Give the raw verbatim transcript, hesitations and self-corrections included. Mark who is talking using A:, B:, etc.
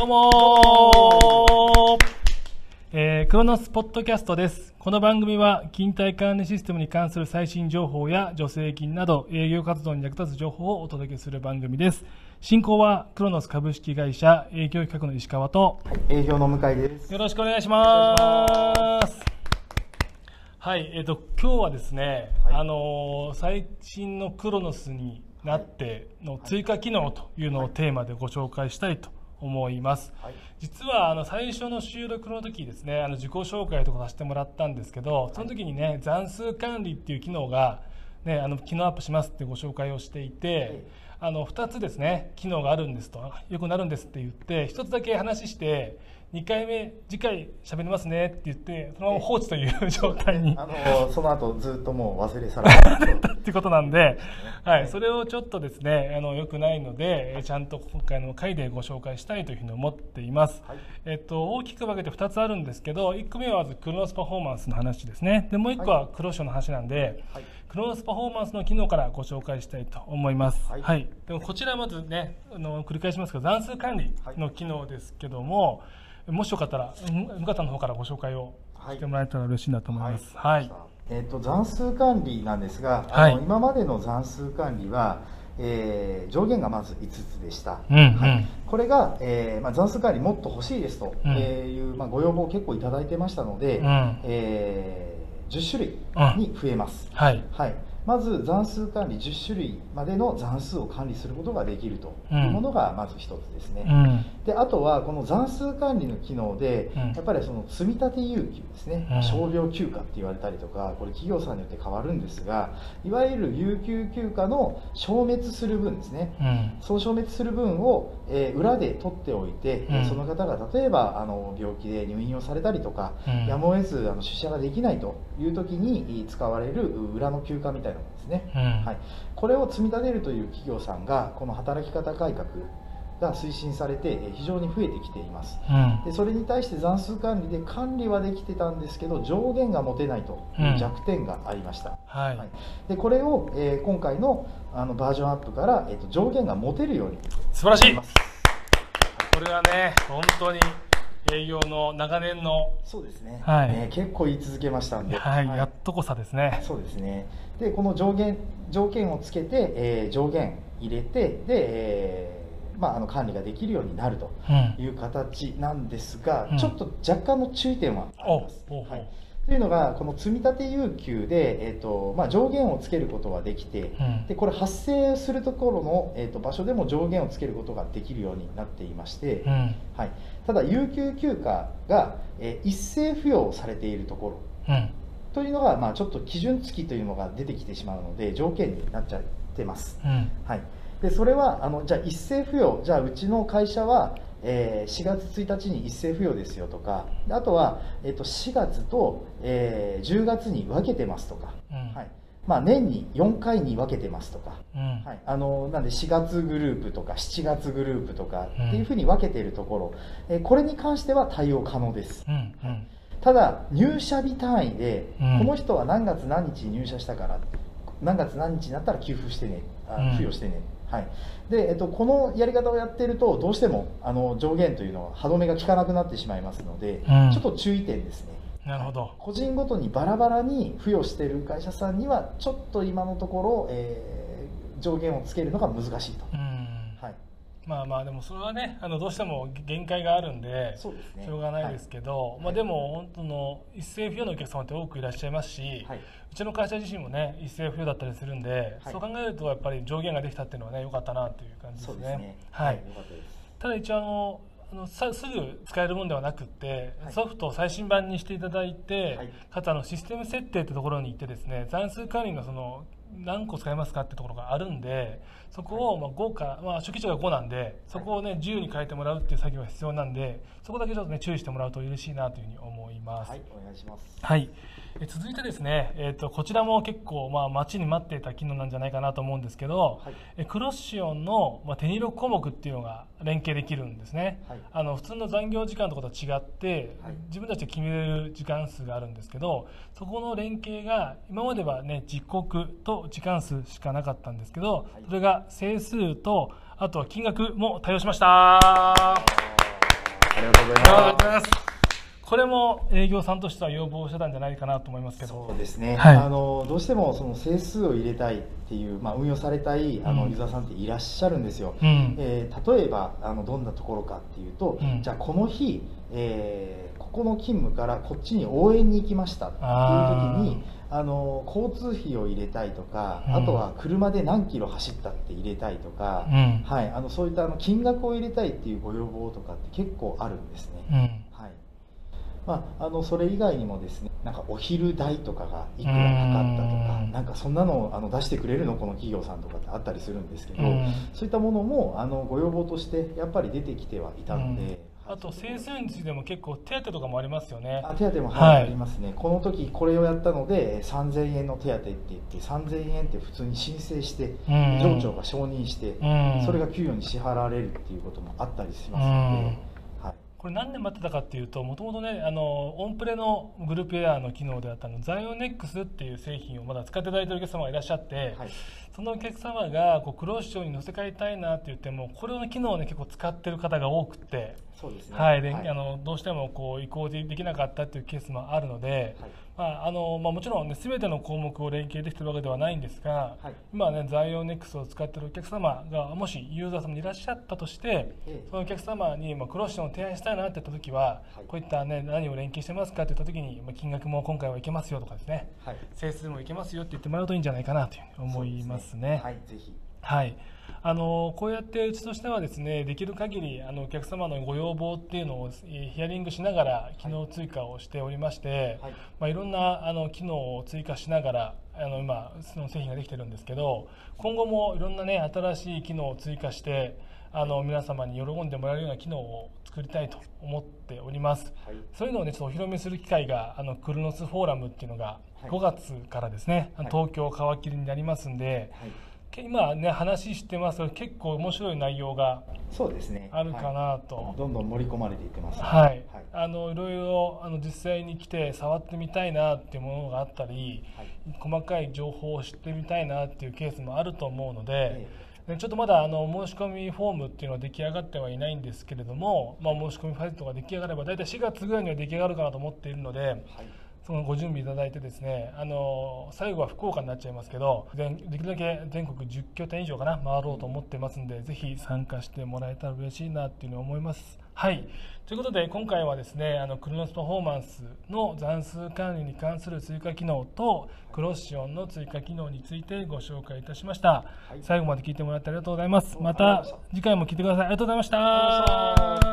A: どうもー、えー、クロノスポッドキャストです。この番組は勤怠管理システムに関する最新情報や助成金など営業活動に役立つ情報をお届けする番組です。進行はクロノス株式会社営業企画の石川と、
B: はい、営業の向井です。
A: よろしくお願いします。はい、えーと、今日はですね、はい、あのー、最新のクロノスになっての追加機能というのをテーマでご紹介したいと思います。はい、実はあの最初の収録の時ですね、あの自己紹介とかさせてもらったんですけど、その時にね、残数管理っていう機能が、ね、あの機能アップしますってご紹介をしていて、はい、あのふたつですね、機能があるんですと、よくなるんですって言って、ひとつだけ話して、にかいめ次回喋りますねって言ってそのまま放置という状態に
B: あのその後ずっともう忘れ去られた
A: ってことなんで、はい、それをちょっとですね、あの良くないのでちゃんと今回の回でご紹介したいというふうに思っています。はい、えっと、大きく分けてふたつあるんですけど、いっこめはまずクロノスパフォーマンスの話ですね。でもういっこはクロショの話なんで、はい、クロノスパフォーマンスの機能からご紹介したいと思います。はい、はい、でもこちらまずね、あの繰り返しますけど、残数管理の機能ですけども、はい、もしよかったら向方の方からご紹介をしてもらえたら嬉しいなと思います。はい。はい、
B: えっと残数管理なんですが、あの、はい、今までの残数管理は、えー、上限がまずいつつでした。うんうん、はい、これが、えーまあ、残数管理もっと欲しいですという、うん、まあ、ご要望を結構いただいてましたので、うん、えー、じゅっしゅるいに増えます。うん、はい。はい。まず残数管理じゅっしゅるいまでの残数を管理することができるというものがまず一つですね。うん、であとはこの残数管理の機能で、うん、やっぱりその積み立て有給ですね、うん、傷病休暇って言われたりとか、これ企業さんによって変わるんですが、いわゆる有給休暇の消滅する分ですね、うん、そう消滅する分を、えー、裏で取っておいて、うん、その方が例えばあの病気で入院をされたりとか、うん、やむを得ずあの出社ができないという時に使われる裏の休暇みたいなですね。うん、はい、これを積み立てるという企業さんがこの働き方改革が推進されて非常に増えてきています。うん、でそれに対して残数管理で管理はできてたんですけど上限が持てないという弱点がありました。うん、はいはい、でこれを、えー、今回のあのバージョンアップから、えー、と上限が持てるように
A: 素晴らしい。これはね本当に営業の長年の
B: そうですね、はい、えー、結構言い続けましたんで、
A: はいはい、やっとこさですね。
B: そうですね。でこの上限条件をつけて、えー、上限入れてで、えーまあ、あの管理ができるようになるという形なんですが、うん、ちょっと若干の注意点はあります。うん、はい、というのがこの積立有給で、えーとまあ、上限をつけることはできて、うん、でこれ発生するところの、えーと場所でも上限をつけることができるようになっていまして、うん、はい、ただ有給休暇が、えー、一斉付与されているところ、うん、というのが、まあ、ちょっと基準付きというのが出てきてしまうので条件になっちゃってます。うん、はい、でそれはあのじゃあ一斉付与、じゃあうちの会社はえー、しがつついたちに一斉付与ですよとか、あとは、えー、としがつと、えー、じゅうがつに分けてますとか、うん、はい、まあ、年によんかいに分けてますとか、うん、はい、あのなんでしがつグループとかしちがつグループとかっていうふうに分けているところ、えー、これに関しては対応可能です。うんうん、ただ入社日単位で、うん、この人は何月何日に入社したから何月何日になったら給付してね、あ付与してね、うん、はい、でえっと、このやり方をやっているとどうしてもあの上限というのは歯止めが効かなくなってしまいますので、うん、ちょっと注意点ですね。
A: なるほど。
B: 個人ごとにバラバラに付与している会社さんにはちょっと今のところ、えー、上限をつけるのが難しいと。うん、はい、
A: まあまあでもそれはね、あのどうしても限界があるんでそうですね、しょうがないですけど、はい、まあ、でも本当の一斉付与のお客様って多くいらっしゃいますし、はい、うちの会社自身もね一斉付与だったりするんで、はい、そう考えるとやっぱり上限ができたっていうのはね良かったなという感じですね。そうですね、はい、良かったです。ただ一応あのあのさすぐ使えるものではなくって、はい、ソフトを最新版にしていただいて、はい、かつあのシステム設定ってところに行ってですね、残数管理のその何個使えますかってところがあるんで、そこをまあごか、まあ、初期値がごなんでそこをねじゅうに変えてもらうっていう作業が必要なんで、そこだけちょっとね注意してもらうと嬉しいなというふうに思います。
B: はい、お願いします。
A: はい、え続いてですね、えー、とこちらも結構まあ待ちに待っていた機能なんじゃないかなと思うんですけど、はい、えクロッシオンのまあ手入力項目っていうのが連携できるんですね。はい、あの普通の残業時間とかと違って、はい、自分たちで決めれる時間数があるんですけど、そこの連携が今まではね時刻と時間数しかなかったんですけど、それが整数とあとは金額も対応しました。
B: りがとうございます。
A: ありがとうございます。これも営業さんとしては要望してたんじゃないかなと思いますけど。
B: そうですね、
A: はい、
B: あのどうしてもその整数を入れたいっていう、まあ、運用されたいあのユーザーさんっていらっしゃるんですよ。うん、えー、例えばあのどんなところかっていうと、うん、じゃあこの日、えー、ここの勤務からこっちに応援に行きましたっていう時にあの交通費を入れたいとか、うん、あとは車で何キロ走ったって入れたいとか、うん、はい、あのそういったあの金額を入れたいっていうご要望とかって結構あるんですね。うん、はい、まあ、あのそれ以外にもですね、なんかお昼代とかがいくらかかったとか、なんかそんなのをあの出してくれるのこの企業さんとかってあったりするんですけど、そういったものもあのご要望としてやっぱり出てきてはいたので。
A: あと整数についても結構手当とかもありますよね。
B: あ、手当も、はいはい、ありますね。この時これをやったのでさんぜんえんの手当って言ってさんぜんえんって普通に申請して上長が承認してそれが給与に支払われるっていうこともあったりしますので。
A: これ何年待ってたかっていうと、もともとね、あのオンプレのグループエアーの機能であったのザイオネックスっていう製品をまだ使っていただいているお客様がいらっしゃって、はい、そのお客様がこうクロスショーに乗せ替えたいなって言ってもこれの機能を、ね、結構使ってる方が多くて、そうですね、はい、で、はい、あのどうしてもこう移行できなかったっていうケースもあるので、はい、まああのまあ、もちろん、ね、全ての項目を連携できているわけではないんですが、はい、今はねザイオネックスを使っているお客様がもしユーザー様にいらっしゃったとして、ええ、そのお客様に、まあ、クロスショーを提案したいなって言った時は、はい、こういった、ね、何を連携してますかって言った時に、まあ、金額も今回はいけますよとかですね、はい、整数もいけますよって言ってもらうといいんじゃないかなというふうに思いますね。
B: はい、ぜひ。
A: はい、あのこうやってうちとしてはですね、できる限りあのお客様のご要望っていうのをヒアリングしながら機能追加をしておりまして、はい、まあ、いろんなあの機能を追加しながらあの今その製品ができてるんですけど、今後もいろんなね新しい機能を追加してあの皆様に喜んでもらえるような機能を作りたいと思っております。はい、そういうのをねちょっとお披露目する機会があのクロノスフォーラムっていうのがごがつからですね、はい、東京皮切りになりますんで。はい、今ね話してますけど結構面白い内容があるかなと、
B: はい、どんどん盛り込まれていってます、ね、
A: はい、はい、あのいろいろあの実際に来て触ってみたいなっていうものがあったり、はい、細かい情報を知ってみたいなっていうケースもあると思うので、えー、ちょっとまだあの申し込みフォームっていうのは出来上がってはいないんですけれども、まあ、申し込みファイルとか出来上がれば大体しがつぐらいには出来上がるかなと思っているので、はい、そのご準備いただいてですね、あの最後は福岡になっちゃいますけど、できるだけ全国じゅっきょてん以上かな回ろうと思ってますんで、ぜひ参加してもらえたら嬉しいなっていうのを思います。はい、ということで今回はですね、あのクロノスパフォーマンスの残数管理に関する追加機能とクロッシオンの追加機能についてご紹介いたしました。はい、最後まで聞いてもらってありがとうございます。また次回も聞いてください。ありがとうございました。